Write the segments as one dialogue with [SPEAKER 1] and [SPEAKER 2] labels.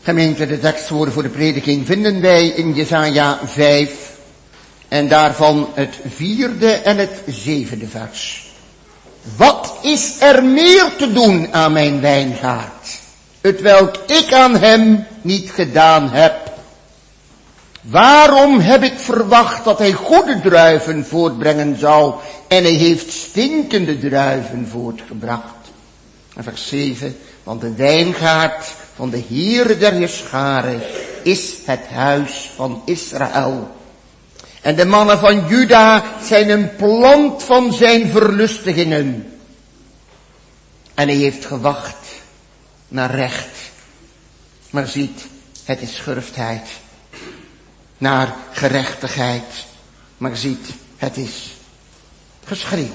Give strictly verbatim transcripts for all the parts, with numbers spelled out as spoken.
[SPEAKER 1] Gemeente, de tekstwoorden voor de prediking vinden wij in Jesaja vijf en daarvan het vierde en het zevende vers. Wat is er meer te doen aan mijn wijngaard, hetwelk ik aan hem niet gedaan heb? Waarom heb ik verwacht dat hij goede druiven voortbrengen zou en hij heeft stinkende druiven voortgebracht? En vers zeven, want de wijngaard van de Heere der Heerscharen is het huis van Israël. En de mannen van Juda zijn een plant van zijn verlustigingen. En hij heeft gewacht naar recht. Maar ziet, het is schurftheid. Naar gerechtigheid. Maar ziet, het is geschreeuw.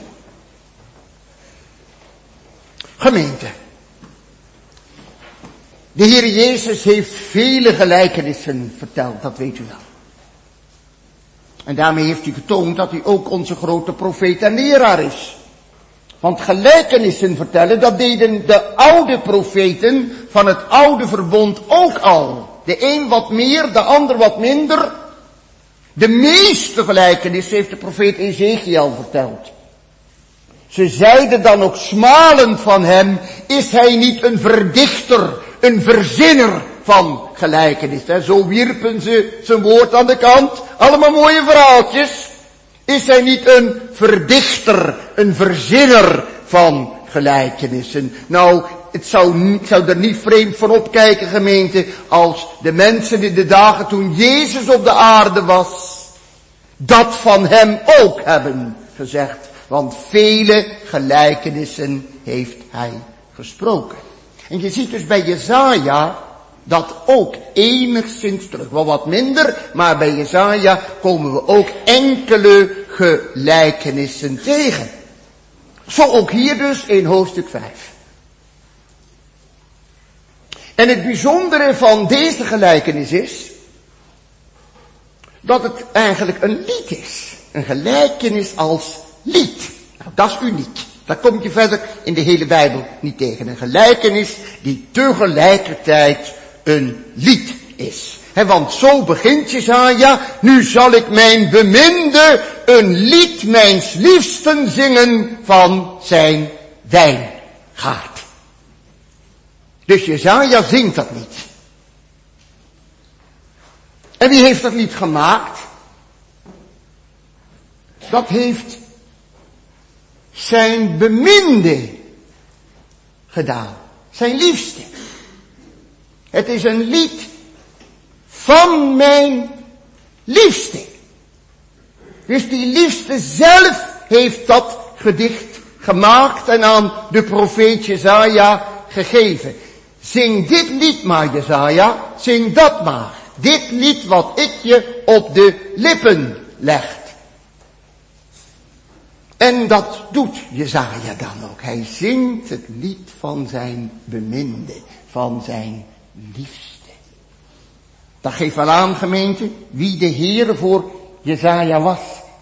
[SPEAKER 1] Gemeente. De Heer Jezus heeft vele gelijkenissen verteld, dat weet u wel. En daarmee heeft hij getoond dat hij ook onze grote profeet en leraar is. Want gelijkenissen vertellen, dat deden de oude profeten van het oude verbond ook al. De een wat meer, de ander wat minder. De meeste gelijkenissen heeft de profeet Ezekiel verteld. Ze zeiden dan ook smalend van hem, is hij niet een verdichter, een verzinner van gelijkenissen? Zo wierpen ze zijn woord aan de kant. Allemaal mooie verhaaltjes. Is hij niet een verdichter, een verzinner van gelijkenissen? Nou, het zou, ik zou er niet vreemd van opkijken, gemeente, als de mensen in de dagen toen Jezus op de aarde was, dat van hem ook hebben gezegd. Want vele gelijkenissen heeft hij gesproken. En je ziet dus bij Jesaja dat ook enigszins terug. Wel wat minder, maar bij Jesaja komen we ook enkele gelijkenissen tegen. Zo ook hier dus in hoofdstuk vijf. En het bijzondere van deze gelijkenis is dat het eigenlijk een lied is. Een gelijkenis als lied. Nou, dat is uniek. Dat kom je verder in de hele Bijbel niet tegen. Een gelijkenis die tegelijkertijd een lied is. He, want zo begint Jesaja. Nu zal ik mijn beminde een lied mijns liefsten zingen van zijn wijngaard. Dus Jesaja zingt dat niet. En wie heeft dat lied gemaakt? Dat heeft zijn beminde gedaan. Zijn liefste. Het is een lied van mijn liefste. Dus die liefste zelf heeft dat gedicht gemaakt en aan de profeet Jesaja gegeven. Zing dit lied maar, Jesaja. Zing dat maar. Dit lied wat ik je op de lippen leg. En dat doet Jesaja dan ook. Hij zingt het lied van zijn beminde, van zijn liefste. Dat geeft wel aan, gemeente, wie de Heere voor Jesaja was.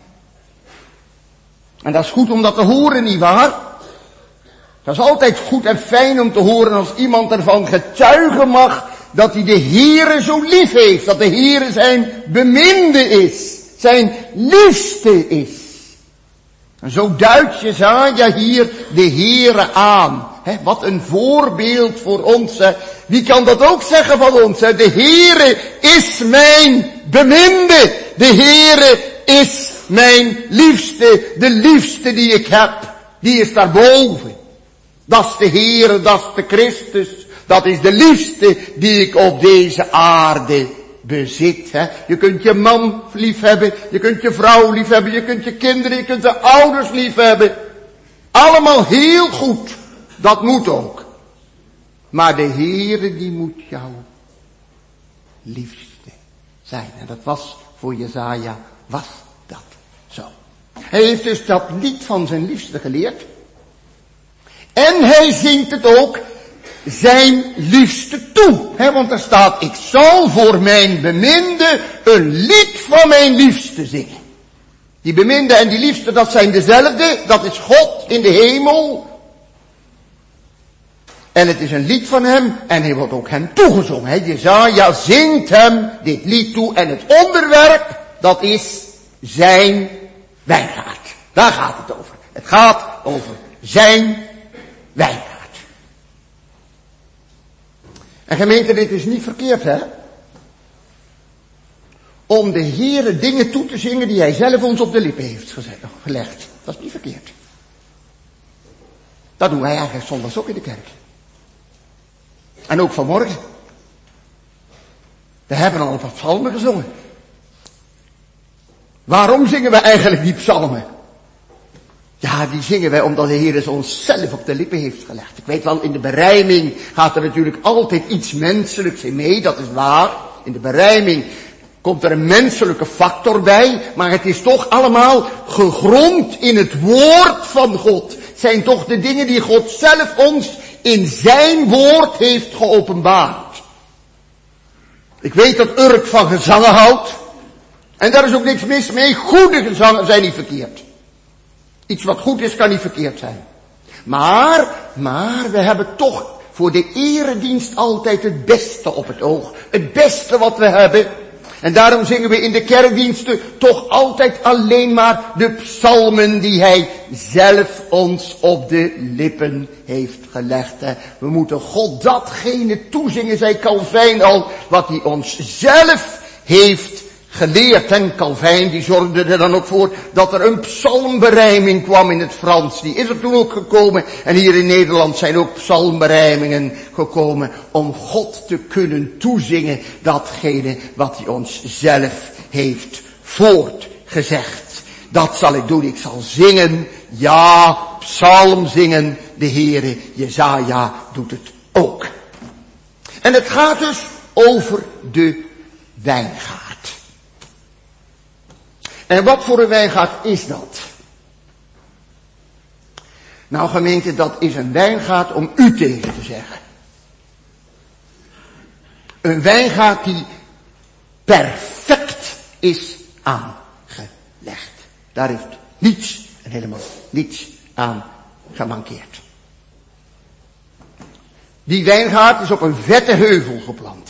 [SPEAKER 1] En dat is goed om dat te horen, nietwaar? Dat is altijd goed en fijn om te horen als iemand ervan getuigen mag dat hij de Heere zo lief heeft. Dat de Heere zijn beminde is, zijn liefste is. En zo duidt Jesaja hier de Heere aan. He, wat een voorbeeld voor ons. He. Wie kan dat ook zeggen van ons? He? De Heere is mijn beminde. De Heere is mijn liefste. De liefste die ik heb, die is daarboven. Dat is de Heere, dat is de Christus. Dat is de liefste die ik op deze aarde bezit. Hè. Je kunt je man lief hebben, je kunt je vrouw lief hebben, je kunt je kinderen, je kunt de ouders lief hebben. Allemaal heel goed. Dat moet ook. Maar de Heere die moet jouw liefste zijn. En dat was voor Jesaja, was dat zo. Hij heeft dus dat lied van zijn liefste geleerd. En hij zingt het ook zijn liefste toe. He, want er staat, ik zal voor mijn beminde een lied van mijn liefste zingen. Die beminde en die liefste, dat zijn dezelfde. Dat is God in de hemel. En het is een lied van hem en hij wordt ook hem toegezongen. Hè? Jesaja zingt hem dit lied toe en het onderwerp, dat is zijn wijngaard. Daar gaat het over. Het gaat over zijn wijngaard. En gemeente, dit is niet verkeerd, hè? Om de Heere dingen toe te zingen die hij zelf ons op de lippen heeft gelegd. Dat is niet verkeerd. Dat doen wij eigenlijk zondags ook in de kerk. En ook vanmorgen. We hebben al een paar psalmen gezongen. Waarom zingen we eigenlijk die psalmen? Ja, die zingen wij omdat de Heer ons zelf op de lippen heeft gelegd. Ik weet wel, in de berijming gaat er natuurlijk altijd iets menselijks in mee, dat is waar. In de berijming komt er een menselijke factor bij, maar het is toch allemaal gegrond in het woord van God. Het zijn toch de dingen die God zelf ons in zijn woord heeft geopenbaard. Ik weet dat Urk van gezangen houdt. En daar is ook niks mis mee. Goede gezangen zijn niet verkeerd. Iets wat goed is kan niet verkeerd zijn. Maar, maar we hebben toch voor de eredienst altijd het beste op het oog. Het beste wat we hebben. En daarom zingen we in de kerkdiensten toch altijd alleen maar de psalmen die hij zelf ons op de lippen heeft gelegd. We moeten God datgene toezingen, zei Calvijn al, wat hij ons zelf heeft geleerd. En Calvijn die zorgde er dan ook voor dat er een psalmberijming kwam in het Frans. Die is er toen ook gekomen. En hier in Nederland zijn ook psalmberijmingen gekomen om God te kunnen toezingen datgene wat hij ons zelf heeft voortgezegd. Dat zal ik doen. Ik zal zingen. Ja, psalm zingen. De Heere Jesaja doet het ook. En het gaat dus over de wijngaard. En wat voor een wijngaard is dat? Nou gemeente, dat is een wijngaard om u tegen te zeggen. Een wijngaard die perfect is aangelegd. Daar heeft niets en helemaal niets aan gemankeerd. Die wijngaard is op een vette heuvel geplant.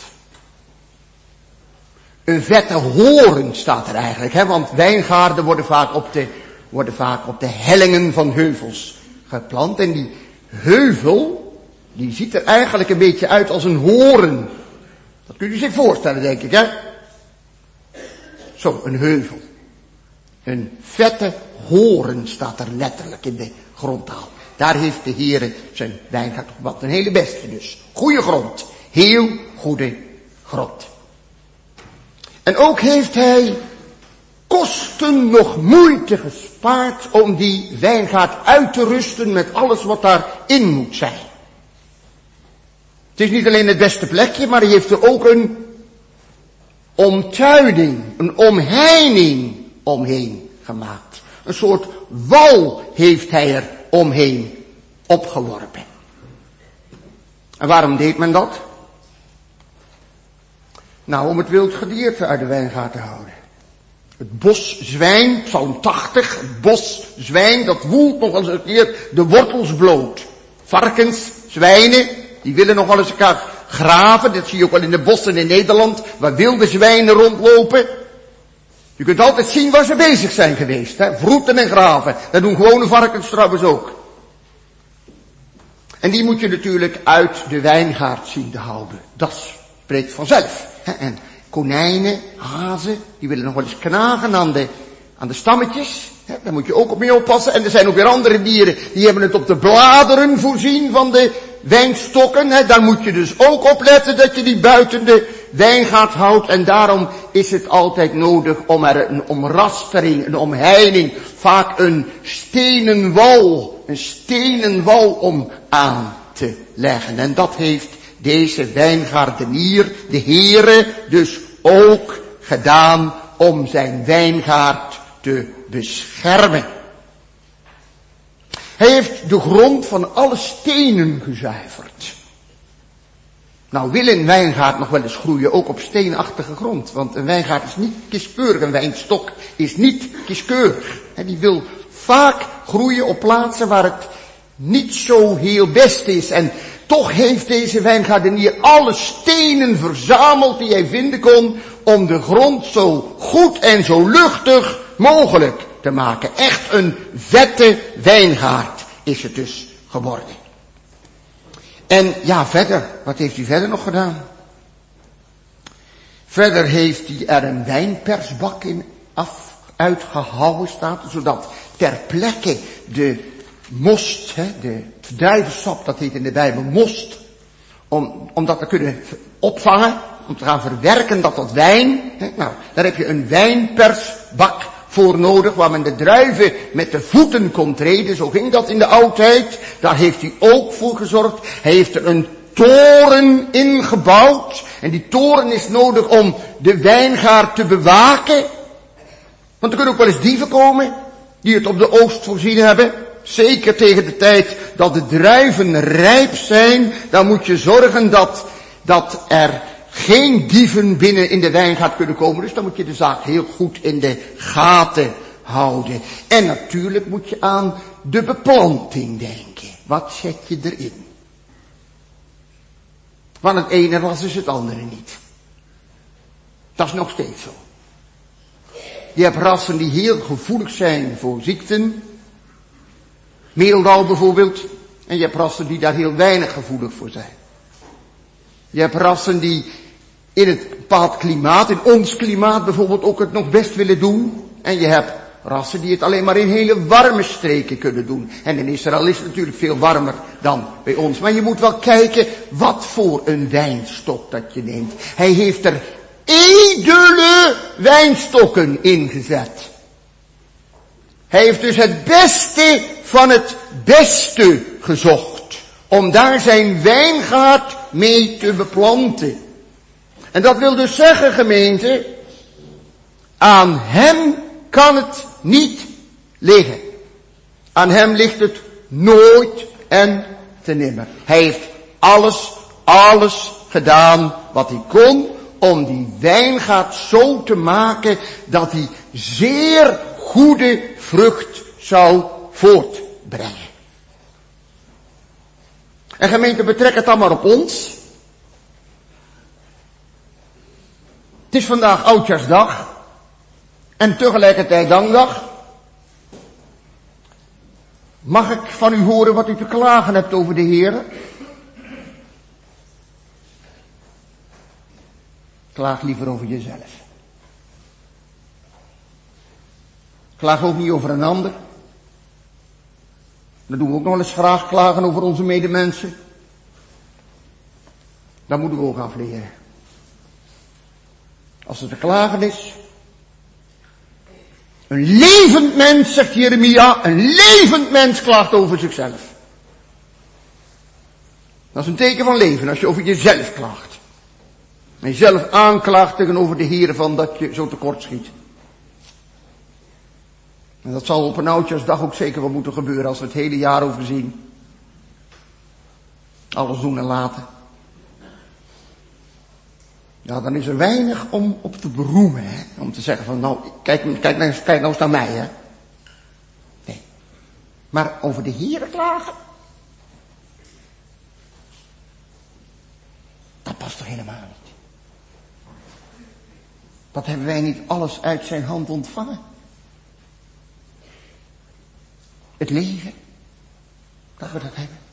[SPEAKER 1] Een vette horen staat er eigenlijk, hè, want wijngaarden worden vaak op de, worden vaak op de hellingen van heuvels geplant. En die heuvel, die ziet er eigenlijk een beetje uit als een horen. Dat kunt u zich voorstellen, denk ik, hè. Zo, een heuvel. Een vette horen staat er letterlijk in de grondtaal. Daar heeft de Heere zijn wijngaard op wat een hele beste dus. Goede grond. Heel goede grond. En ook heeft hij kosten nog moeite gespaard om die wijngaard uit te rusten met alles wat daarin moet zijn. Het is niet alleen het beste plekje, maar hij heeft er ook een omtuining, een omheining omheen gemaakt. Een soort wal heeft hij er omheen opgeworpen. En waarom deed men dat? Nou, om het wild gedierte uit de wijngaard te houden. Het boszwijn, psalm tachtig, het boszwijn, dat woelt nog eens een keer de wortels bloot. Varkens, zwijnen, die willen nog wel eens elkaar graven. Dat zie je ook wel in de bossen in Nederland, waar wilde zwijnen rondlopen. Je kunt altijd zien waar ze bezig zijn geweest, hè? Vroeten en graven. Dat doen gewone varkens trouwens ook. En die moet je natuurlijk uit de wijngaard zien te houden. Dat spreekt vanzelf. En konijnen, hazen, die willen nog wel eens knagen aan de, aan de stammetjes. Daar moet je ook op mee oppassen. En er zijn ook weer andere dieren, die hebben het op de bladeren voorzien van de wijnstokken. Daar moet je dus ook op letten dat je die buiten de wijngaard houdt. En daarom is het altijd nodig om er een omrastering, een omheining, vaak een stenen wal, een stenen wal om aan te leggen. En dat heeft deze wijngaardenier, de Heere, dus ook gedaan om zijn wijngaard te beschermen. Hij heeft de grond van alle stenen gezuiverd. Nou wil een wijngaard nog wel eens groeien, ook op steenachtige grond. Want een wijngaard is niet kieskeurig, een wijnstok is niet kieskeurig. Die wil vaak groeien op plaatsen waar het niet zo heel best is. En toch heeft deze wijngaardenier alle stenen verzameld die hij vinden kon om de grond zo goed en zo luchtig mogelijk te maken. Echt een vette wijngaard is het dus geworden. En ja, verder, wat heeft hij verder nog gedaan? Verder heeft hij er een wijnpersbak in af, uitgehouwen staat, zodat ter plekke de most, hè, de druivensap, dat heet in de Bijbel most, om, om dat te kunnen opvangen, om te gaan verwerken dat tot wijn. Hè. Nou, daar heb je een wijnpersbak voor nodig, waar men de druiven met de voeten kon treden. Zo ging dat in de oudheid. Daar heeft hij ook voor gezorgd. Hij heeft er een toren ingebouwd. En die toren is nodig om de wijngaard te bewaken. Want er kunnen ook wel eens dieven komen, die het op de oost voorzien hebben. Zeker tegen de tijd dat de druiven rijp zijn, dan moet je zorgen dat, dat er geen dieven binnen in de wijngaard kunnen komen. Dus dan moet je de zaak heel goed in de gaten houden. En natuurlijk moet je aan de beplanting denken. Wat zet je erin? Want het ene ras is het andere niet. Dat is nog steeds zo. Je hebt rassen die heel gevoelig zijn voor ziekten. Meeldauw bijvoorbeeld. En je hebt rassen die daar heel weinig gevoelig voor zijn. Je hebt rassen die in het bepaald klimaat, in ons klimaat bijvoorbeeld, ook het nog best willen doen. En je hebt rassen die het alleen maar in hele warme streken kunnen doen. En in Israël is het natuurlijk veel warmer dan bij ons. Maar je moet wel kijken wat voor een wijnstok dat je neemt. Hij heeft er edele wijnstokken ingezet. Hij heeft dus het beste van het beste gezocht. Om daar zijn wijngaard mee te beplanten. En dat wil dus zeggen, gemeente, aan hem kan het niet liggen. Aan hem ligt het nooit en te nimmer. Hij heeft alles, alles gedaan wat hij kon om die wijngaard zo te maken dat hij zeer goede vrucht zou voortbrengen. En gemeente, betrek het dan maar op ons. Het is vandaag Oudjaarsdag en tegelijkertijd Dankdag. Mag ik van u horen wat u te klagen hebt over de Heer? Klaag liever over jezelf. Klaag ook niet over een ander. Dat doen we ook nog wel eens graag, klagen over onze medemensen. Dat moeten we ook afleren. Als het te klagen is. Een levend mens, zegt Jeremia, een levend mens klaagt over zichzelf. Dat is een teken van leven, als je over jezelf klaagt. En jezelf aanklaagt tegenover de Heer van dat je zo tekort schiet. En dat zal op een Oudjaarsdag ook zeker wel moeten gebeuren als we het hele jaar overzien. Alles doen en laten. Ja, dan is er weinig om op te beroemen, hè. Om te zeggen van, nou, kijk, kijk, nou, kijk nou eens naar mij, hè. Nee. Maar over de Heere klagen? Dat past toch helemaal niet. Wat hebben wij niet alles uit zijn hand ontvangen? Het leven. Dat we dat hebben.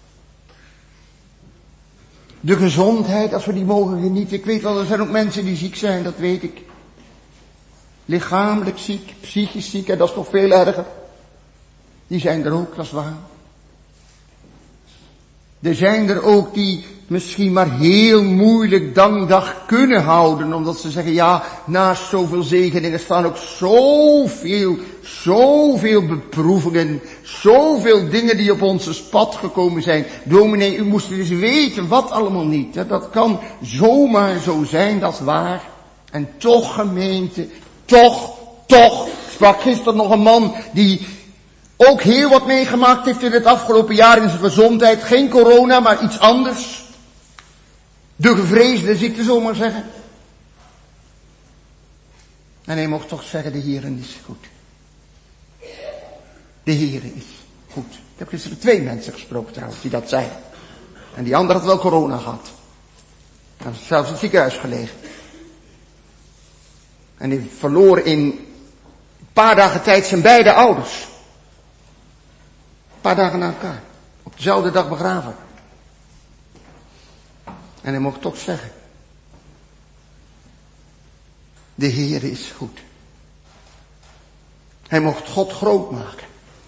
[SPEAKER 1] De gezondheid, als we die mogen genieten. Ik weet wel, er zijn ook mensen die ziek zijn, dat weet ik. Lichamelijk ziek, psychisch ziek, en dat is nog veel erger. Die zijn er ook, dat is waar. Er zijn er ook die misschien maar heel moeilijk dankdag kunnen houden, omdat ze zeggen, ja, naast zoveel zegeningen staan ook zoveel, zoveel beproevingen, zoveel dingen die op onze pad gekomen zijn. Dominee, u moest dus weten wat allemaal niet. Hè? Dat kan zomaar zo zijn, dat is waar. En toch, gemeente, toch, toch, sprak gisteren nog een man die ook heel wat meegemaakt heeft in het afgelopen jaar in zijn gezondheid. Geen corona, maar iets anders. De gevreesde ziekte, zomaar maar zeggen. En hij mocht toch zeggen, de Heere is goed. De Heere is goed. Ik heb gisteren twee mensen gesproken trouwens, die dat zeiden. En die ander had wel corona gehad. Hij was zelfs in het ziekenhuis gelegen. En hij verloor in een paar dagen tijd zijn beide ouders. Een paar dagen na elkaar. Op dezelfde dag begraven. En hij mocht toch zeggen. De Heer is goed. Hij mocht God groot maken.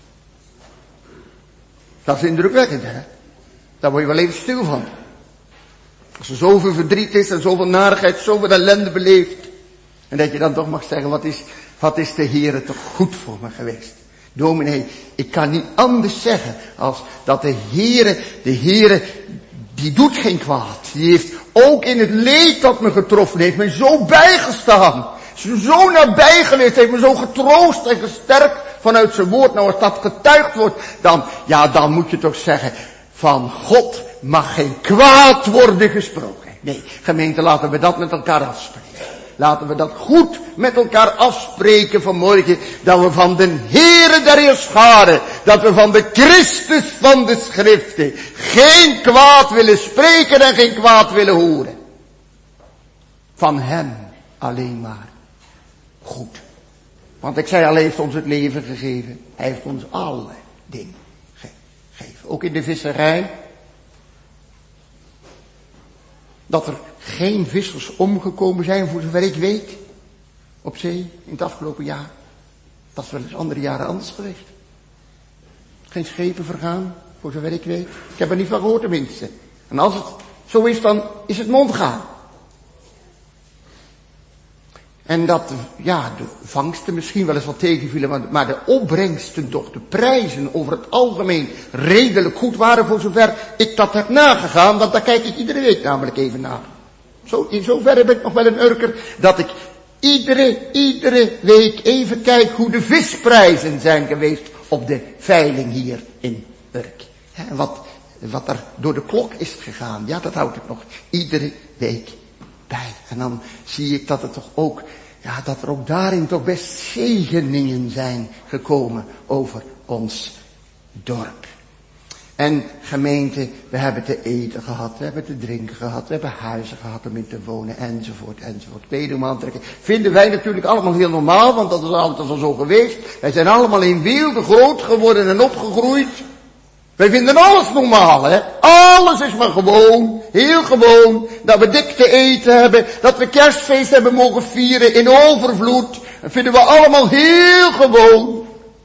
[SPEAKER 1] Dat is indrukwekkend, hè? Daar word je wel even stil van. Als er zoveel verdriet is en zoveel narigheid, zoveel ellende beleeft. En dat je dan toch mag zeggen, wat is, wat is de Heere toch goed voor me geweest. Dominee, ik kan niet anders zeggen als dat de Heere, de Heere, die doet geen kwaad. Die heeft ook in het leed dat me getroffen heeft, me zo bijgestaan. Zo nabij geweest, heeft me zo getroost en gesterkt vanuit zijn woord. Nou, als dat getuigd wordt, dan, ja, dan moet je toch zeggen, van God mag geen kwaad worden gesproken. Nee, gemeente, laten we dat met elkaar afspreken. Laten we dat goed met elkaar afspreken vanmorgen. Dat we van de Heere der Heerscharen, dat we van de Christus van de Schriften geen kwaad willen spreken en geen kwaad willen horen. Van hem alleen maar goed. Want ik zei al, hij heeft ons het leven gegeven. Hij heeft ons alle dingen gegeven. Ook in de visserij. Dat er geen vissers omgekomen zijn, voor zover ik weet, op zee in het afgelopen jaar. Dat is wel eens andere jaren anders geweest. Geen schepen vergaan, voor zover ik weet. Ik heb er niet van gehoord tenminste. En als het zo is, dan is het mondgaan. En dat, ja, de vangsten misschien wel eens wat tegenvielen, maar, maar de opbrengsten toch, de prijzen over het algemeen redelijk goed waren, voor zover ik dat heb nagegaan, want daar kijk ik iedere week namelijk even naar. Zo, in zoverre ben ik nog wel een urker, dat ik iedere, iedere week even kijk hoe de visprijzen zijn geweest op de veiling hier in Urk. En wat, wat er door de klok is gegaan, ja, dat houd ik nog iedere week bij. En dan zie ik dat het toch ook, ja, dat er ook daarin toch best zegeningen zijn gekomen over ons dorp. En gemeente, we hebben te eten gehad, we hebben te drinken gehad, we hebben huizen gehad om in te wonen, enzovoort, enzovoort. Kleding aantrekken. Vinden wij natuurlijk allemaal heel normaal, want dat is altijd al zo geweest. Wij zijn allemaal in weelde groot geworden en opgegroeid. Wij vinden alles normaal, hè. Alles is maar gewoon, heel gewoon. Dat we dik te eten hebben, dat we kerstfeest hebben mogen vieren in overvloed. Dat vinden we allemaal heel gewoon.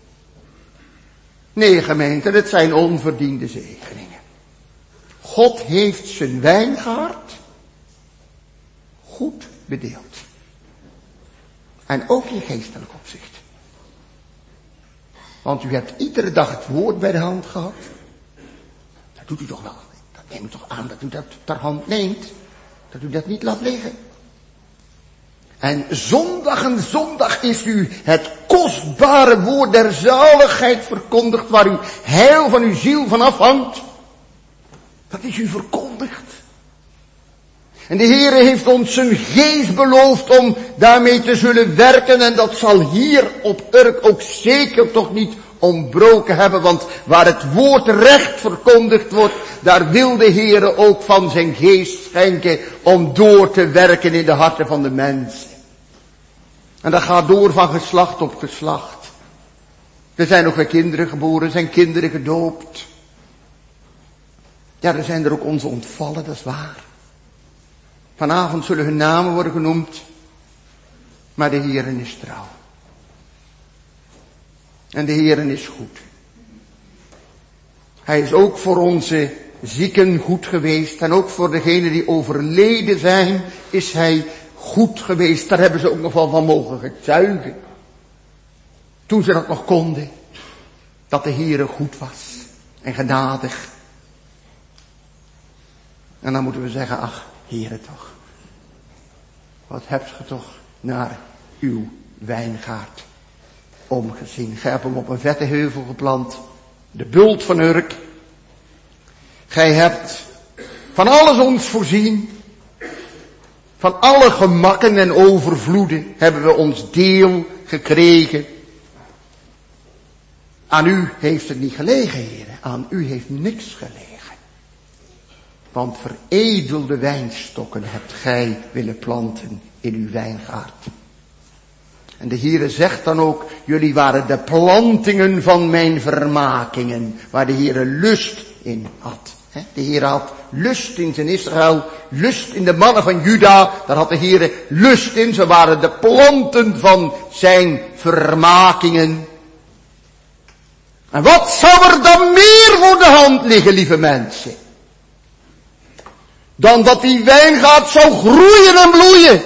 [SPEAKER 1] Nee, gemeente, dat zijn onverdiende zegeningen. God heeft zijn wijngaard goed bedeeld. En ook in geestelijk opzicht. Want u hebt iedere dag het woord bij de hand gehad. Dat doet u toch wel. Dat neemt u toch aan dat u dat ter hand neemt. Dat u dat niet laat liggen. En zondag en zondag is u het kostbare woord der zaligheid verkondigd, waar uw heil van uw ziel van afhangt. Dat is u verkondigd. En de Heere heeft ons zijn geest beloofd om daarmee te zullen werken, en dat zal hier op Urk ook zeker toch niet ontbroken hebben, want waar het woord recht verkondigd wordt, daar wil de Heere ook van zijn geest schenken om door te werken in de harten van de mensen. En dat gaat door van geslacht op geslacht. Er zijn nog weer kinderen geboren, er zijn kinderen gedoopt. Ja, er zijn er ook onze ontvallen, dat is waar. Vanavond zullen hun namen worden genoemd, maar de Heere is trouw. En de Heere is goed. Hij is ook voor onze zieken goed geweest. En ook voor degenen die overleden zijn, is hij goed geweest. Daar hebben ze ook nog wel van mogen getuigen. Toen ze dat nog konden. Dat de Heere goed was. En genadig. En dan moeten we zeggen, ach, Heere toch. Wat hebt ge toch naar uw wijngaard omgezien. Gij hebt hem op een vette heuvel geplant. De bult van Urk. Gij hebt van alles ons voorzien. Van alle gemakken en overvloeden hebben we ons deel gekregen. Aan u heeft het niet gelegen, heren. Aan u heeft niks gelegen. Want veredelde wijnstokken hebt gij willen planten in uw wijngaard. En de Heere zegt dan ook, jullie waren de plantingen van mijn vermakingen, waar de Heere lust in had. De Heere had lust in zijn Israël, lust in de mannen van Juda, daar had de Heere lust in. Ze waren de planten van zijn vermakingen. En wat zou er dan meer voor de hand liggen, lieve mensen? Dan dat die wijngaard zou groeien en bloeien.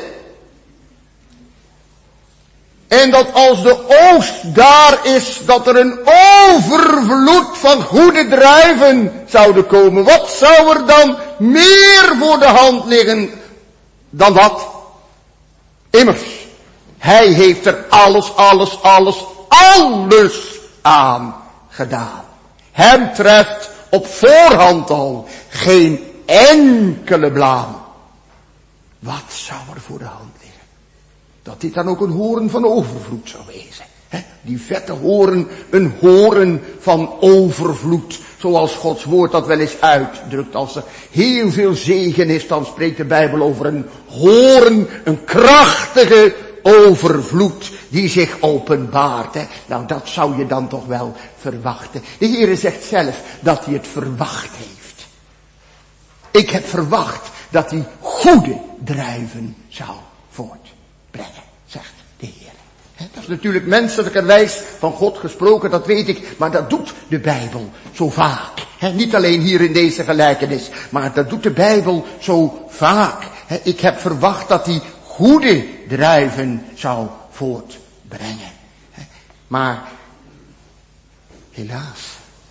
[SPEAKER 1] En dat als de oogst daar is, dat er een overvloed van goede druiven zouden komen. Wat zou er dan meer voor de hand liggen dan dat? Immers, hij heeft er alles, alles, alles, alles aan gedaan. Hem treft op voorhand al geen enkele blaam. Wat zou er voor de hand liggen? Dat dit dan ook een hoorn van overvloed zou wezen. He? Die vette hoorn, een hoorn van overvloed. Zoals Gods woord dat wel eens uitdrukt. Als er heel veel zegen is, dan spreekt de Bijbel over een hoorn, een krachtige overvloed die zich openbaart. Hè? Nou, dat zou je dan toch wel verwachten. De Heere zegt zelf dat hij het verwacht heeft. Ik heb verwacht dat hij goede druiven zou voortbrengen, zegt de Heer. Dat is natuurlijk menselijkerwijs van God gesproken, dat weet ik, maar dat doet de Bijbel zo vaak. He, niet alleen hier in deze gelijkenis, maar dat doet de Bijbel zo vaak. He, ik heb verwacht dat hij goede druiven zou voortbrengen. He, maar helaas,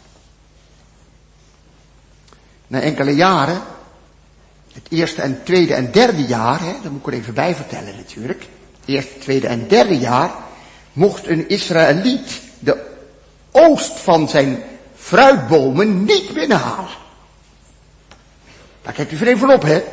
[SPEAKER 1] na enkele jaren, het eerste en tweede en derde jaar, hè, dat moet ik er even bij vertellen natuurlijk. Het eerste, tweede en derde jaar mocht een Israëliet de oogst van zijn fruitbomen niet binnenhalen. Daar kijkt u voor even op, hè.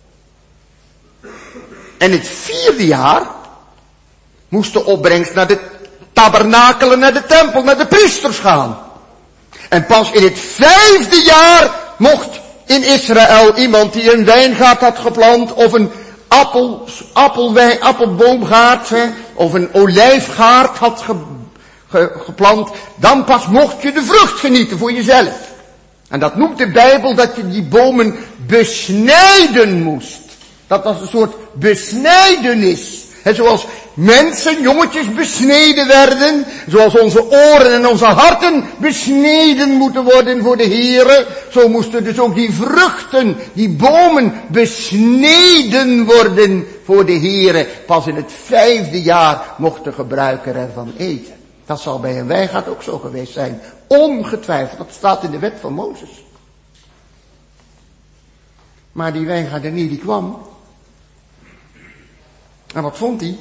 [SPEAKER 1] En het vierde jaar moest de opbrengst naar de tabernakelen, naar de tempel, naar de priesters gaan. En pas in het vijfde jaar mocht in Israël iemand die een wijngaard had geplant, of een appel, appelwijn, appelboomgaard, hè, of een olijfgaard had ge, ge, geplant, dan pas mocht je de vrucht genieten voor jezelf. En dat noemt de Bijbel dat je die bomen besnijden moest. Dat was een soort besnijdenis. En zoals mensen, jongetjes, besneden werden, zoals onze oren en onze harten besneden moeten worden voor de Heere, zo moesten dus ook die vruchten, die bomen besneden worden voor de Heere. Pas in het vijfde jaar mocht de gebruiker ervan eten. Dat zal bij een wijngaard ook zo geweest zijn. Ongetwijfeld, dat staat in de wet van Mozes. Maar die wijngaardenier die kwam. En wat vond hij?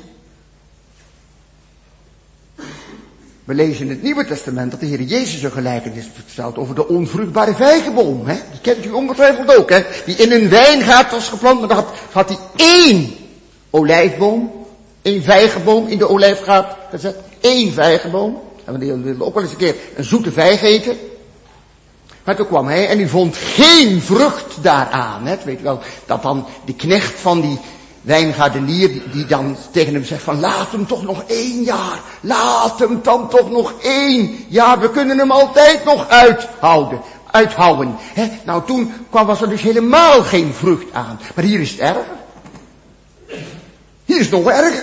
[SPEAKER 1] We lezen in het Nieuwe Testament dat de Heer Jezus een gelijkenis vertelt over de onvruchtbare vijgenboom. Hè? Die kent u ongetwijfeld ook. Hè? Die in een wijngaard was geplant, maar dan had, had hij één olijfboom, één vijgenboom in de olijfgaard gezet. Één vijgenboom. En we wilden ook wel eens een keer een zoete vijg eten. Maar toen kwam hij en die vond geen vrucht daaraan. Hè? Weet u wel, dat dan de knecht van die wijngaardenier die, die dan tegen hem zegt van laat hem toch nog één jaar. Laat hem dan toch nog één jaar. We kunnen hem altijd nog uithouden. Uithouden. Hè? Nou toen kwam, was er dus helemaal geen vrucht aan. Maar hier is het erger. Hier is het nog erger.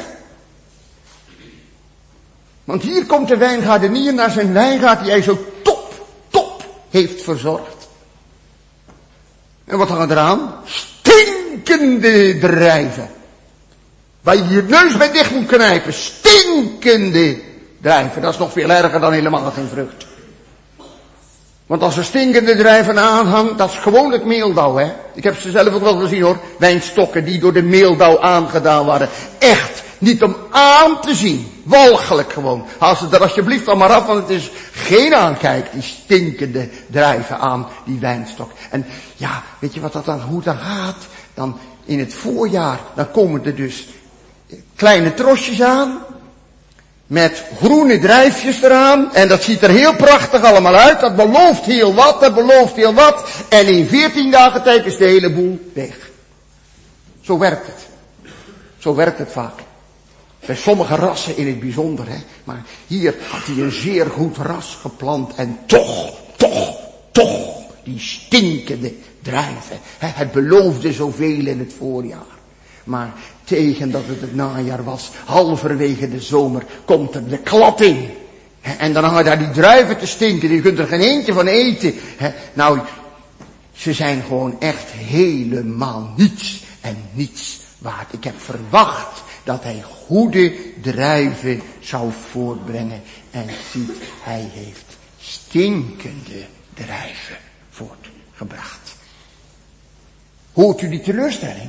[SPEAKER 1] Want hier komt de wijngaardenier naar zijn wijngaard die hij zo top, top heeft verzorgd. En wat hangt eraan? Stinkende druiven. Waar je je neus bij dicht moet knijpen. Stinkende druiven. Dat is nog veel erger dan helemaal geen vrucht. Want als er stinkende druiven aanhangt, dat is gewoon het meeldauw, hè. Ik heb ze zelf ook wel gezien, hoor. Wijnstokken die door de meeldauw aangedaan waren. Echt niet om aan te zien. Walgelijk gewoon. Haal ze er alsjeblieft al maar af, want het is geen aankijk. Die stinkende druiven aan die wijnstok. En ja, weet je wat dat dan, hoe dat gaat? Dan in het voorjaar, dan komen er dus kleine trosjes aan. met groene drijfjes eraan. En dat ziet er heel prachtig allemaal uit. Dat belooft heel wat, dat belooft heel wat. En in veertien dagen tijd is de hele boel weg. Zo werkt het. Zo werkt het vaak. Bij sommige rassen in het bijzonder, hè. Maar hier had hij een zeer goed ras geplant. En toch, toch, toch, die stinkende druiven. Hè. Het beloofde zoveel in het voorjaar. Maar tegen dat het het najaar was, halverwege de zomer, komt er de klap in. En dan hangen daar die druiven te stinken, je kunt er geen eentje van eten. Nou, ze zijn gewoon echt helemaal niets en niets waard. Ik heb verwacht dat hij goede druiven zou voortbrengen. En ziet, hij heeft stinkende druiven voortgebracht. Hoort u die teleurstelling?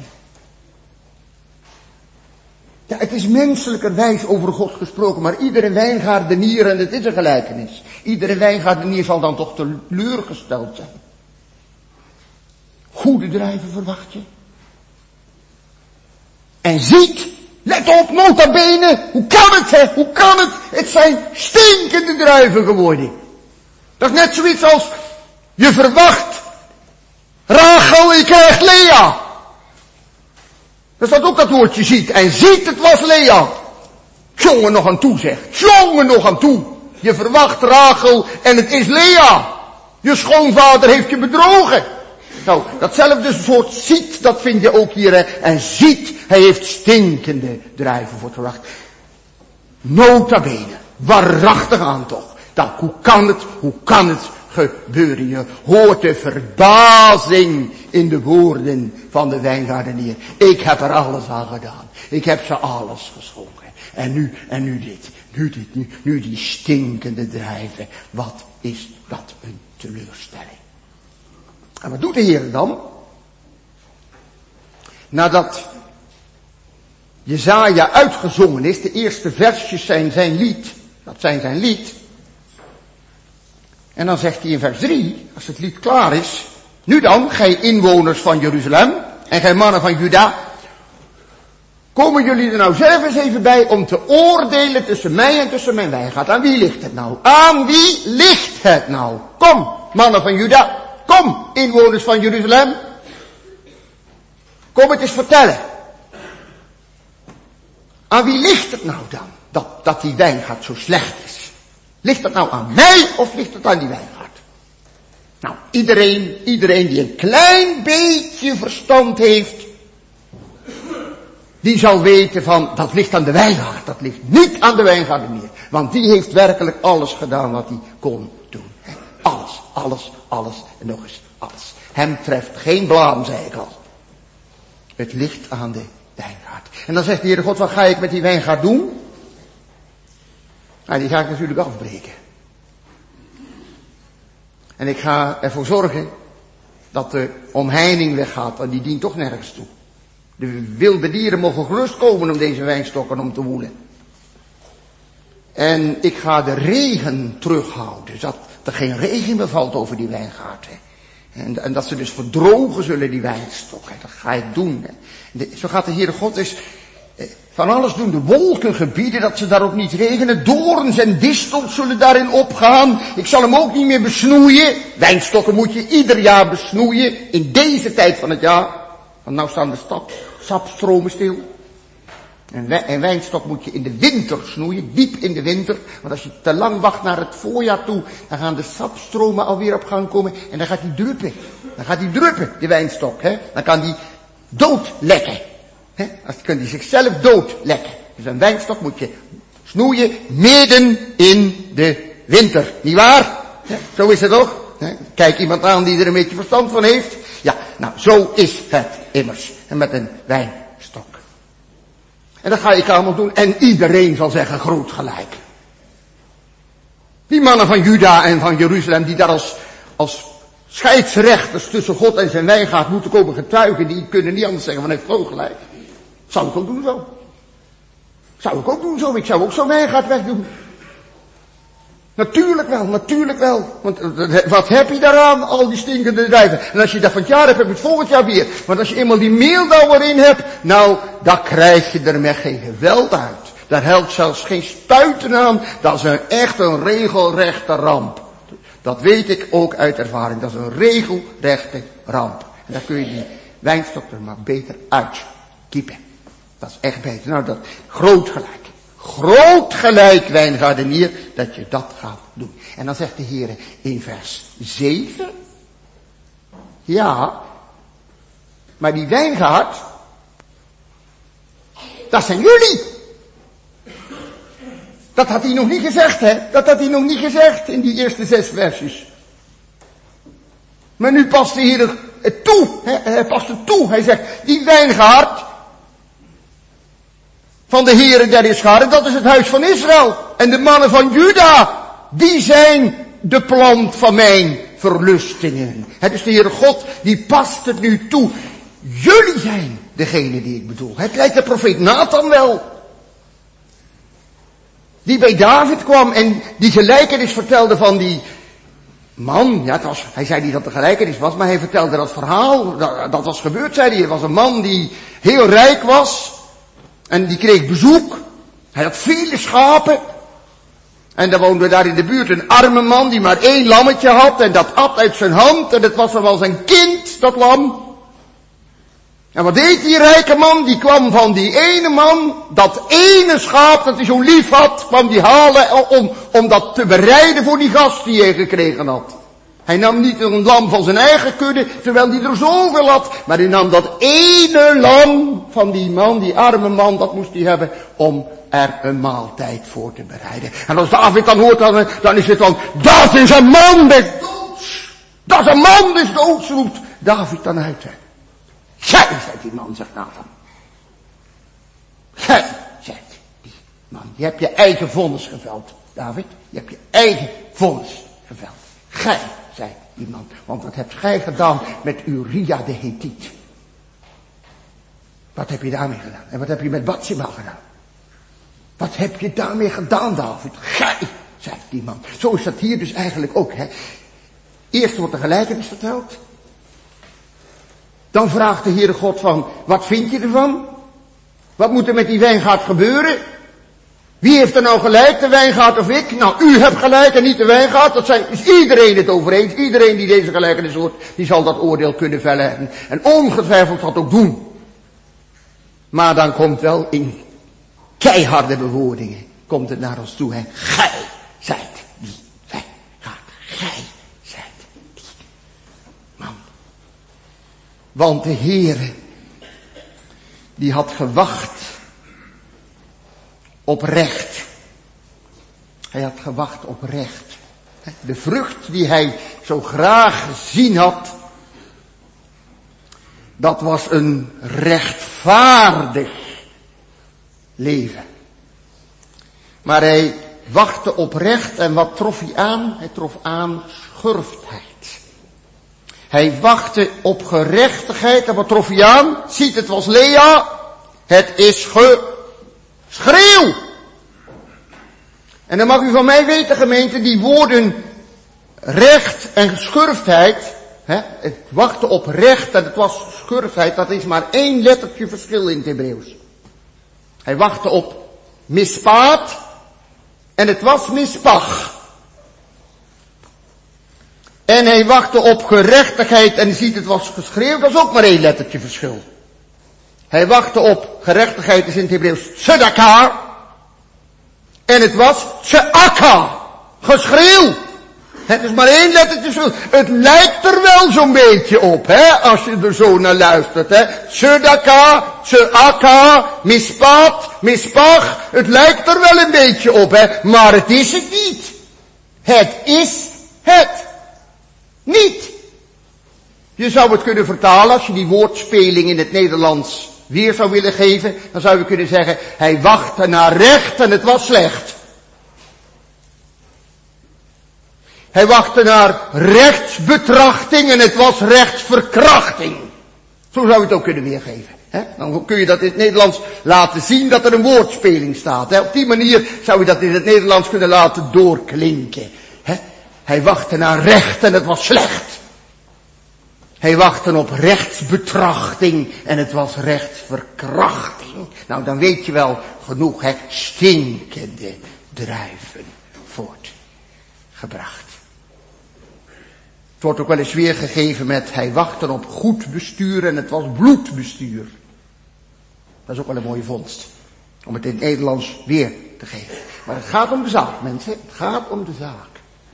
[SPEAKER 1] Ja, het is menselijkerwijs over God gesproken, maar iedere wijngaardenier, en het is een gelijkenis, iedere wijngaardenier zal dan toch teleurgesteld zijn. Goede druiven verwacht je. En ziet, let op, nota bene, hoe kan het, hè? Hoe kan het? Het zijn stinkende druiven geworden. Dat is net zoiets als, je verwacht, Rachel, je krijgt Lea. Er staat ook dat woordje ziet. En ziet, het was Lea. Jongen nog aan toe, zeg. Jongen nog aan toe. Je verwacht Rachel en het is Lea. Je schoonvader heeft je bedrogen. Nou, datzelfde soort ziet, dat vind je ook hier. Hè. En ziet, hij heeft stinkende druiven voortgebracht. Nota bene. Waarachtig aan toch. Dat, hoe kan het, hoe kan het gebeuren? Je hoort de verbazing in de woorden van de wijngaardenier. Ik heb er alles aan gedaan. Ik heb ze alles geschonken. En nu, en nu dit. Nu dit, nu, nu die stinkende druiven. Wat is dat een teleurstelling. En wat doet de Heer dan? Nadat Jesaja uitgezongen is, de eerste versjes zijn zijn lied. Dat zijn zijn lied. En dan zegt hij in vers drie, als het lied klaar is, nu dan, gij inwoners van Jeruzalem en gij mannen van Juda, komen jullie er nou zelf eens even bij om te oordelen tussen mij en tussen mijn wijngaard. Aan wie ligt het nou? Aan wie ligt het nou? Kom, mannen van Juda, kom, inwoners van Jeruzalem. Kom het eens vertellen. Aan wie ligt het nou dan, dat, dat die wijngaard zo slecht is? Ligt het nou aan mij of ligt het aan die wijngaard? Nou, iedereen, iedereen die een klein beetje verstand heeft, die zal weten van, dat ligt aan de wijngaard. Dat ligt niet aan de wijngaardenier. Want die heeft werkelijk alles gedaan wat hij kon doen. Alles, alles, alles en nog eens alles. Hem treft geen blaam, zei ik al. Het ligt aan de wijngaard. En dan zegt de Heere God, wat ga ik met die wijngaard doen? Nou, die ga ik natuurlijk afbreken. En ik ga ervoor zorgen dat de omheining weggaat, want die dient toch nergens toe. De wilde dieren mogen gerust komen om deze wijnstokken om te woelen. En ik ga de regen terughouden, zodat er geen regen meer valt over die wijngaard. Hè. En, en dat ze dus verdrogen zullen, die wijnstokken. Dat ga ik doen. Hè. De, zo gaat de Heere God dus van alles doen. De wolken gebieden dat ze daar ook niet regenen. Dorens en distels zullen daarin opgaan. Ik zal hem ook niet meer besnoeien. Wijnstokken moet je ieder jaar besnoeien. In deze tijd van het jaar. Want nou staan de stap, sapstromen stil. En, wij, en wijnstok moet je in de winter snoeien. Diep in de winter. Want als je te lang wacht naar het voorjaar toe. Dan gaan de sapstromen alweer op gang komen. En dan gaat die druppen. Dan gaat die druppen, de wijnstok. Hè? Dan kan die doodlekken. He, als kan die zichzelf doodlekken. Dus een wijnstok moet je snoeien midden in de winter. Niet waar? He, zo is het toch? He, kijk iemand aan die er een beetje verstand van heeft. Ja, nou zo is het immers. En met een wijnstok. En dat ga ik allemaal doen. En iedereen zal zeggen groot gelijk. Die mannen van Juda en van Jeruzalem die daar als, als scheidsrechters tussen God en zijn wijngaard moeten komen getuigen. Die kunnen niet anders zeggen van hij heeft groot gelijk. Zou ik ook doen zo. Zou ik ook doen zo. Ik zou ook zo'n wijngaard wegdoen. Natuurlijk wel, natuurlijk wel. Want wat heb je daaraan, al die stinkende druiven? En als je dat van het jaar hebt, heb je het volgend jaar weer. Want als je eenmaal die meeldauw erin hebt, nou, dan krijg je er met geen geweld uit. Daar helpt zelfs geen spuiten aan. Dat is een, echt een regelrechte ramp. Dat weet ik ook uit ervaring. Dat is een regelrechte ramp. En daar kun je die wijnstok er maar beter uitkiepen. Dat is echt beter. Nou, dat groot gelijk. Groot gelijk, wijngaardenier, dat je dat gaat doen. En dan zegt de Heer in vers zeven. Ja, maar die wijngaard, dat zijn jullie. Dat had hij nog niet gezegd, hè? Dat had hij nog niet gezegd in die eerste zes versjes. Maar nu past de Heer het toe. Hè? Hij past het toe. Hij zegt, die wijngaard van de Heere der Heerscharen, dat is het huis van Israël. En de mannen van Juda, die zijn de plant van mijn verlustingen. Het is de Heere God, die past het nu toe. Jullie zijn degene die ik bedoel. Het lijkt de profeet Nathan wel. Die bij David kwam en die gelijkenis vertelde van die man. Ja, het was, hij zei niet dat het een gelijkenis was, maar hij vertelde dat verhaal. Dat, dat was gebeurd, zei hij. Er was een man die heel rijk was. En die kreeg bezoek. Hij had vele schapen. En dan woonde daar in de buurt een arme man die maar één lammetje had. En dat at uit zijn hand. En het was dan wel zijn kind, dat lam. En wat deed die rijke man? Die kwam van die ene man, dat ene schaap dat hij zo lief had, kwam die halen om, om dat te bereiden voor die gast die hij gekregen had. Hij nam niet een lam van zijn eigen kudde, terwijl hij er zoveel had, maar hij nam dat ene lam van die man, die arme man, dat moest hij hebben om er een maaltijd voor te bereiden. En als David dan hoort, dan, dan is het dan, dat is een man des doods! Dat is een man des doods, roept David dan uit. Hè. Gij, zegt die man, zegt Nathan. Gij, zegt die man, je hebt je eigen vonnis geveld, David. Je hebt je eigen vonnis geveld. Gij, zei die man, want wat hebt gij gedaan met Uria de Hethiet? Wat heb je daarmee gedaan? En wat heb je met Batseba gedaan? Wat heb je daarmee gedaan, David? Gij, zei die man. Zo is dat hier dus eigenlijk ook, hè. Eerst wordt de gelijkenis verteld. Dan vraagt de Heere God van, wat vind je ervan? Wat moet er met die wijngaard gebeuren? Wie heeft er nou gelijk, de wijngaard of ik? Nou, u hebt gelijk en niet de wijngaard. Dat zijn, is iedereen het over eens. Iedereen die deze gelijkenis hoort, die zal dat oordeel kunnen vellen. En, en ongetwijfeld dat ook doen. Maar dan komt wel in keiharde bewoordingen, komt het naar ons toe, hè. Gij zijt die wijngaard. Gij zijt die man. Want de Heere, die had gewacht op recht. Hij had gewacht op recht. De vrucht die hij zo graag gezien had, dat was een rechtvaardig leven. Maar hij wachtte op recht en wat trof hij aan? Hij trof aan schurftheid. Hij wachtte op gerechtigheid en wat trof hij aan? Ziet, het was Lea. Het is geschreeuw. En dan mag u van mij weten, gemeente, die woorden recht en schurftheid, hè, het wachten op recht en het was schurftheid, dat is maar één lettertje verschil in het Hebreeuws. Hij wachtte op mispaat en het was mispach. En hij wachtte op gerechtigheid en u ziet, het was geschreeuwd, dat is ook maar één lettertje verschil. Hij wachtte op gerechtigheid, is in het Hebreeuws tzedakah. En het was tzeaka, geschreeuw. Het is maar één lettertje verschil. Het lijkt er wel zo'n beetje op, hè, als je er zo naar luistert, hè. Tzedakah, tzeaka, mispaat, mispach. Het lijkt er wel een beetje op, hè, maar het is het niet. Het is het niet. Je zou het kunnen vertalen, als je die woordspeling in het Nederlands weer zou willen geven, dan zou je kunnen zeggen, hij wachtte naar recht en het was slecht. Hij wachtte naar rechtsbetrachting en het was rechtsverkrachting. Zo zou je het ook kunnen weergeven. Hè? Dan kun je dat in het Nederlands laten zien dat er een woordspeling staat. Hè? Op die manier zou je dat in het Nederlands kunnen laten doorklinken. Hè? Hij wachtte naar recht en het was slecht. Hij wachtte op rechtsbetrachting en het was rechtsverkrachting. Nou, dan weet je wel genoeg, hè, stinkende druiven voortgebracht. Het wordt ook wel eens weergegeven met, hij wachtte op goed bestuur en het was bloedbestuur. Dat is ook wel een mooie vondst, om het in het Nederlands weer te geven. Maar het gaat om de zaak, mensen, het gaat om de zaak.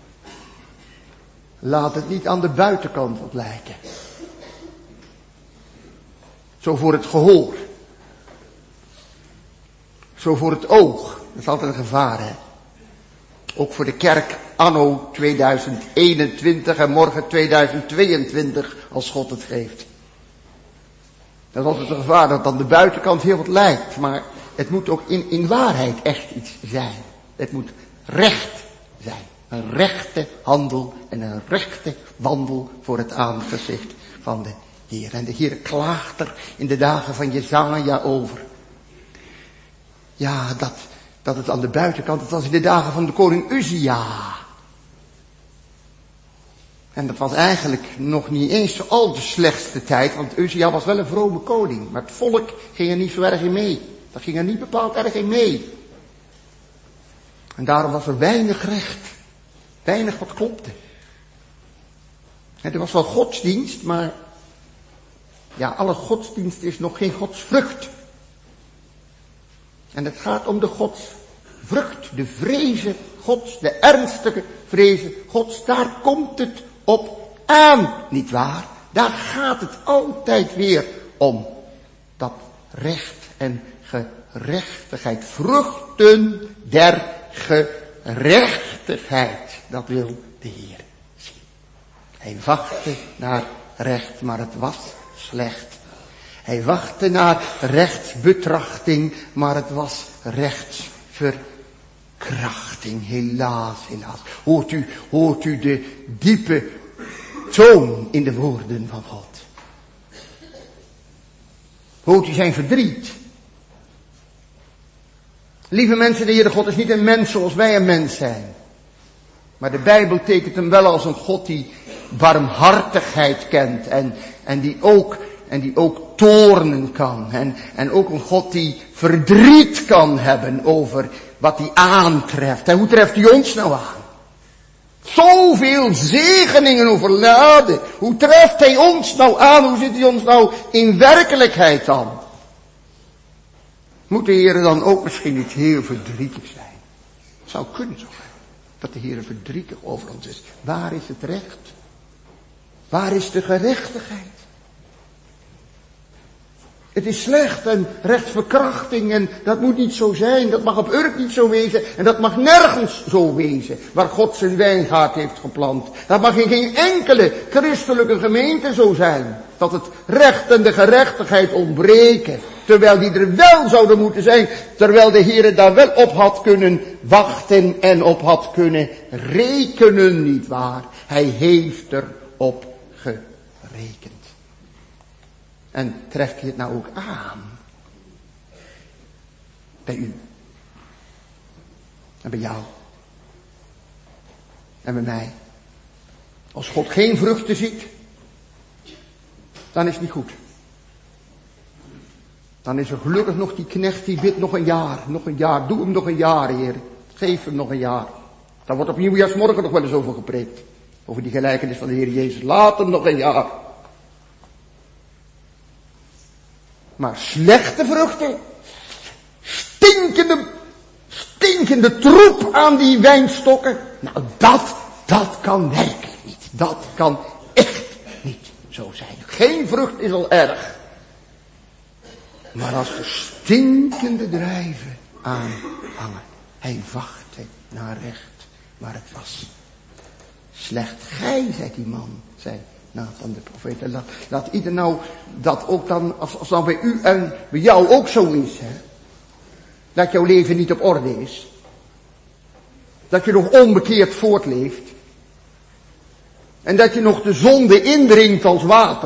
[SPEAKER 1] Laat het niet aan de buitenkant wat lijken. Zo voor het gehoor. Zo voor het oog. Dat is altijd een gevaar, hè. Ook voor de kerk anno tweeduizend eenentwintig en morgen tweeduizend tweeëntwintig, als God het geeft. Dat is altijd een gevaar dat aan de buitenkant heel wat lijkt. Maar het moet ook in, in waarheid echt iets zijn. Het moet recht zijn. Een rechte handel en een rechte wandel voor het aangezicht van de Heer. En de Heer klaagt er in de dagen van Jesaja over. Ja, dat, dat het aan de buitenkant, het was in de dagen van de koning Uzia. En dat was eigenlijk nog niet eens al de slechtste tijd, want Uzia was wel een vrome koning. Maar het volk ging er niet zo erg in mee. Dat ging er niet bepaald erg in mee. En daarom was er weinig recht. Weinig wat klopte. En er was wel godsdienst, maar ja, alle godsdienst is nog geen godsvrucht. En het gaat om de godsvrucht, de vrezen Gods, de ernstige vrezen Gods. Daar komt het op aan, nietwaar? Daar gaat het altijd weer om. Dat recht en gerechtigheid, vruchten der gerechtigheid. Dat wil de Heer zien. Hij wachtte naar recht, maar het was slecht. Hij wachtte naar rechtsbetrachting, maar het was rechtsverkrachting. Helaas, helaas. Hoort u, hoort u de diepe toon in de woorden van God? Hoort u zijn verdriet? Lieve mensen, de Heere God is niet een mens zoals wij een mens zijn. Maar de Bijbel tekent hem wel als een God die barmhartigheid kent. En, en die ook, en die ook toornen kan. En, en ook een God die verdriet kan hebben over wat hij aantreft. En hoe treft hij ons nou aan? Zoveel zegeningen overladen. Hoe treft hij ons nou aan? Hoe zit hij ons nou in werkelijkheid aan? Moet de Heer dan ook misschien niet heel verdrietig zijn? Het zou kunnen zo zijn. Dat de Heer verdrietig over ons is. Waar is het recht? Waar is de gerechtigheid? Het is slecht en rechtsverkrachting en dat moet niet zo zijn. Dat mag op Urk niet zo wezen en dat mag nergens zo wezen. Waar God zijn wijngaard heeft geplant. Dat mag in geen enkele christelijke gemeente zo zijn. Dat het recht en de gerechtigheid ontbreken. Terwijl die er wel zouden moeten zijn. Terwijl de Heer daar wel op had kunnen wachten en op had kunnen rekenen, nietwaar? Hij heeft erop gerekend. En treft hij het nou ook aan? Bij u. En bij jou. En bij mij. Als God geen vruchten ziet, dan is het niet goed. Dan is er gelukkig nog die knecht die bidt nog een jaar. Nog een jaar. Doe hem nog een jaar, Heer. Geef hem nog een jaar. Daar wordt op nieuwjaarsmorgen nog wel eens over gepreekt. Over die gelijkenis van de Heer Jezus. Laat hem nog een jaar. Maar slechte vruchten. Stinkende, stinkende troep aan die wijnstokken. Nou, dat, dat kan werkelijk niet. Dat kan echt niet zo zijn. Geen vrucht is al erg. Maar als er stinkende drijven aan hangen. Hij wachtte naar recht, maar het was slecht. Gij, zei die man, zei Nathan de profeet. En laat, laat ieder nou dat ook dan, als, als dan bij u en bij jou ook zo is, hè. Dat jouw leven niet op orde is. Dat je nog onbekeerd voortleeft. En dat je nog de zonde indringt als water.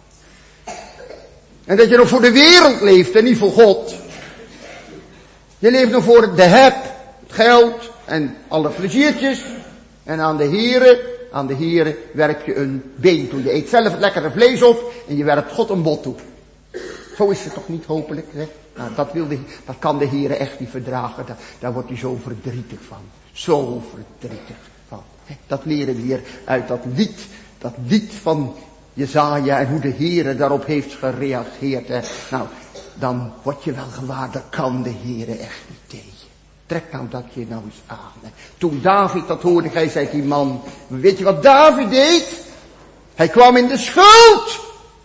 [SPEAKER 1] En dat je nog voor de wereld leeft en niet voor God. Je leeft nog voor de heb, het geld en alle pleziertjes. En aan de Here aan de Heere werp je een been toe. Je eet zelf het lekkere vlees op en je werpt God een bot toe. Zo is het toch niet hopelijk, hè? Nou, dat, wil de, dat kan de Heere echt niet verdragen. Daar, daar wordt hij zo verdrietig van. Zo verdrietig van. Dat leren we hier uit dat lied. Dat lied van Jesaja en hoe de Heere daarop heeft gereageerd. Hè. Nou, dan word je wel gewaar, dat kan de Heere echt niet tegen. Trek nou dat je nou eens aan. Hè. Toen David dat hoorde, hij zei die man, weet je wat David deed? Hij kwam in de schuld.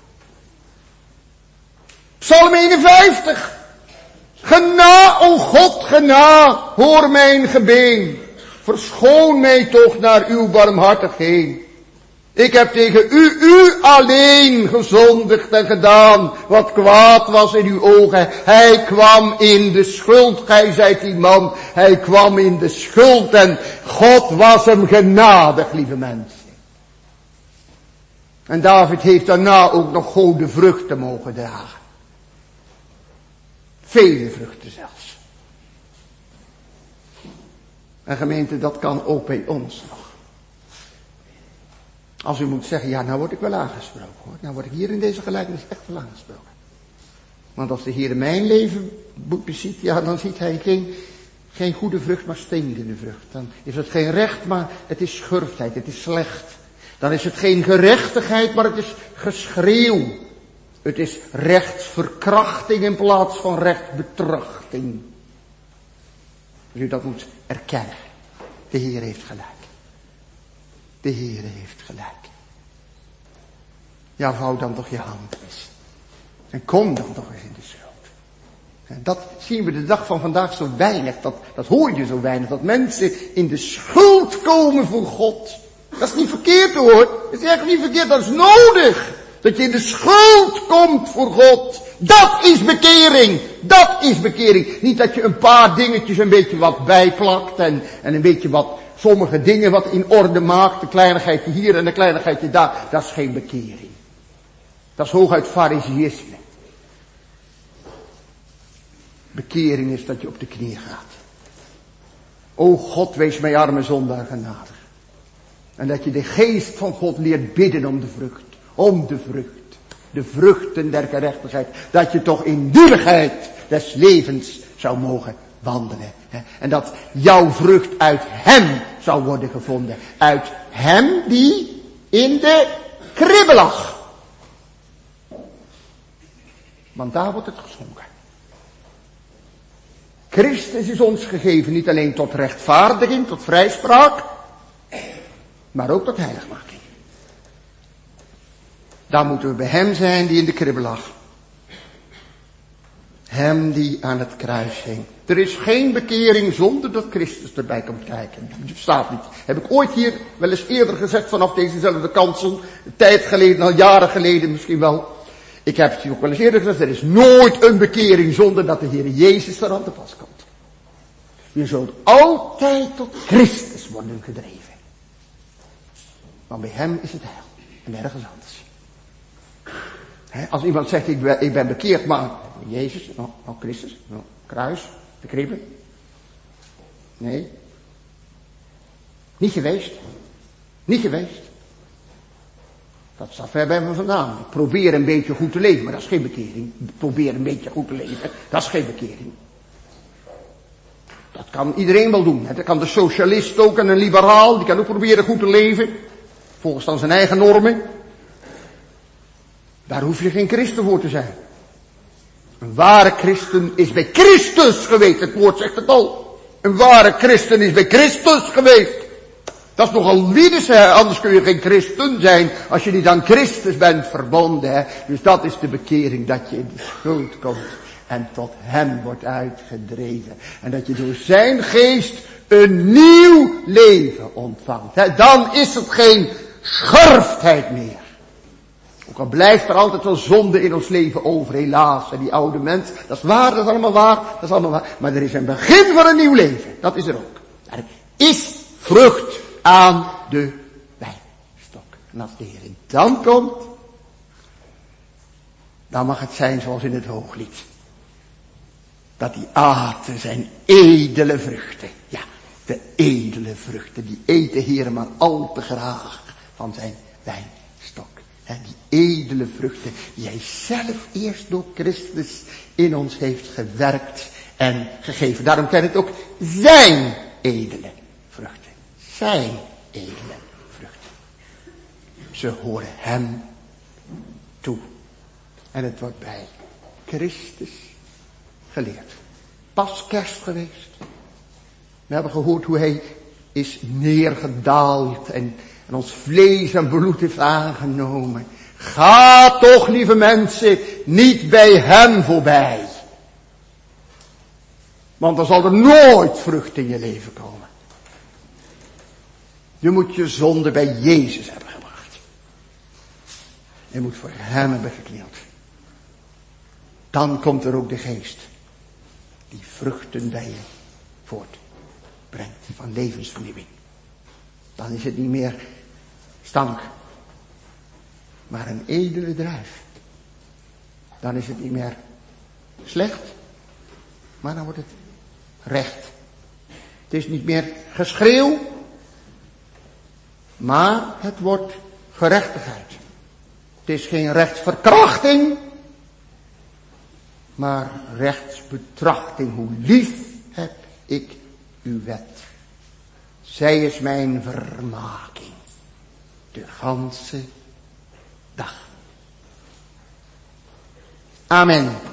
[SPEAKER 1] Psalm eenenvijftig. Gena, o God, gena, hoor mijn gebeen. Verschoon mij toch naar uw barmhartigheid. Ik heb tegen u, u alleen gezondigd en gedaan wat kwaad was in uw ogen. Hij kwam in de schuld, gij zijt die man. Hij kwam in de schuld en God was hem genadig, lieve mensen. En David heeft daarna ook nog goede vruchten mogen dragen. Vele vruchten zelfs. En gemeente, dat kan ook bij ons nog. Als u moet zeggen, ja, nou word ik wel aangesproken hoor. Nou word ik hier in deze gelijkenis echt wel aangesproken. Want als de Heer in mijn leven beziet, ja, dan ziet hij geen, geen goede vrucht, maar steenende vrucht. Dan is het geen recht, maar het is schurftheid, het is slecht. Dan is het geen gerechtigheid, maar het is geschreeuw. Het is rechtsverkrachting in plaats van rechtsbetrachting. Dus u dat moet erkennen. De Heer heeft gelijk. De Heere heeft gelijk. Ja, vouw dan toch je hand eens. En kom dan toch eens in de schuld. En dat zien we de dag van vandaag zo weinig. Dat, dat hoor je zo weinig. Dat mensen in de schuld komen voor God. Dat is niet verkeerd hoor. Dat is echt niet verkeerd. Dat is nodig. Dat je in de schuld komt voor God. Dat is bekering. Dat is bekering. Niet dat je een paar dingetjes een beetje wat bijplakt. En, en een beetje wat... Sommige dingen wat in orde maakt, de kleinigheidje hier en de kleinigheidje daar, dat is geen bekering. Dat is hooguit fariseïsme. Bekering is dat je op de knie gaat. O God, wees mij arme zondaar genadig. En dat je de geest van God leert bidden om de vrucht. Om de vrucht. De vruchten der gerechtigheid. Dat je toch in duurigheid des levens zou mogen wandelen. En dat jouw vrucht uit hem zou worden gevonden. Uit hem die in de kribbe lag. Want daar wordt het geschonken. Christus is ons gegeven niet alleen tot rechtvaardiging, tot vrijspraak, maar ook tot heiligmaking. Daar moeten we bij hem zijn die in de kribbe lag. Hem die aan het kruis hing. Er is geen bekering zonder dat Christus erbij komt kijken. Dat staat niet. Heb ik ooit hier wel eens eerder gezegd vanaf dezezelfde kansel. Een tijd geleden, al jaren geleden misschien wel. Ik heb het hier ook wel eens eerder gezegd. Er is nooit een bekering zonder dat de Heer Jezus er aan te pas komt. Je zult altijd tot Christus worden gedreven. Want bij hem is het heil. En nergens anders. He, als iemand zegt, ik ben, ik ben bekeerd, maar Jezus, nou, nou Christus, nou, kruis, de kribbe. Nee. Niet geweest. Niet geweest. Dat staat ver bij me vandaan. Ik probeer een beetje goed te leven, maar dat is geen bekering. Ik probeer een beetje goed te leven, dat is geen bekering. Dat kan iedereen wel doen. Dat kan de socialist ook en een liberaal, die kan ook proberen goed te leven. Volgens dan zijn eigen normen. Daar hoef je geen christen voor te zijn. Een ware christen is bij Christus geweest. Het woord zegt het al. Een ware christen is bij Christus geweest. Dat is nogal liefdes, hè. Anders kun je geen christen zijn als je niet aan Christus bent verbonden. Hè. Dus dat is de bekering, dat je in de schuld komt en tot hem wordt uitgedreven. En dat je door zijn geest een nieuw leven ontvangt. Hè. Dan is het geen schurftheid meer. Ook al blijft er altijd wel zonde in ons leven over, helaas. En die oude mens, dat is waar, dat is allemaal waar, dat is allemaal waar. Maar er is een begin van een nieuw leven. Dat is er ook. Er is vrucht aan de wijnstok. En als de Heer dan komt, dan mag het zijn zoals in het Hooglied. Dat die aten zijn edele vruchten. Ja, De edele vruchten, die eet de Heer maar al te graag van zijn wijnstok. En die edele vruchten die hij zelf eerst door Christus in ons heeft gewerkt en gegeven. Daarom zijn het ook zijn edele vruchten. Zijn edele vruchten. Ze horen hem toe. En het wordt bij Christus geleerd. Pas kerst geweest. We hebben gehoord hoe hij is neergedaald en, en ons vlees en bloed heeft aangenomen. Ga toch, lieve mensen, niet bij hem voorbij. Want dan zal er nooit vrucht in je leven komen. Je moet je zonde bij Jezus hebben gebracht. Je moet voor hem hebben geknield. Dan komt er ook de geest. Die vruchten bij je voortbrengt. Van levensvernieuwing. Dan is het niet meer stank. Maar een edele druif. Dan is het niet meer slecht. Maar dan wordt het recht. Het is niet meer geschreeuw. Maar het wordt gerechtigheid. Het is geen rechtsverkrachting. Maar rechtsbetrachting. Hoe lief heb ik uw wet. Zij is mijn vermaking. De ganse dag. Amen.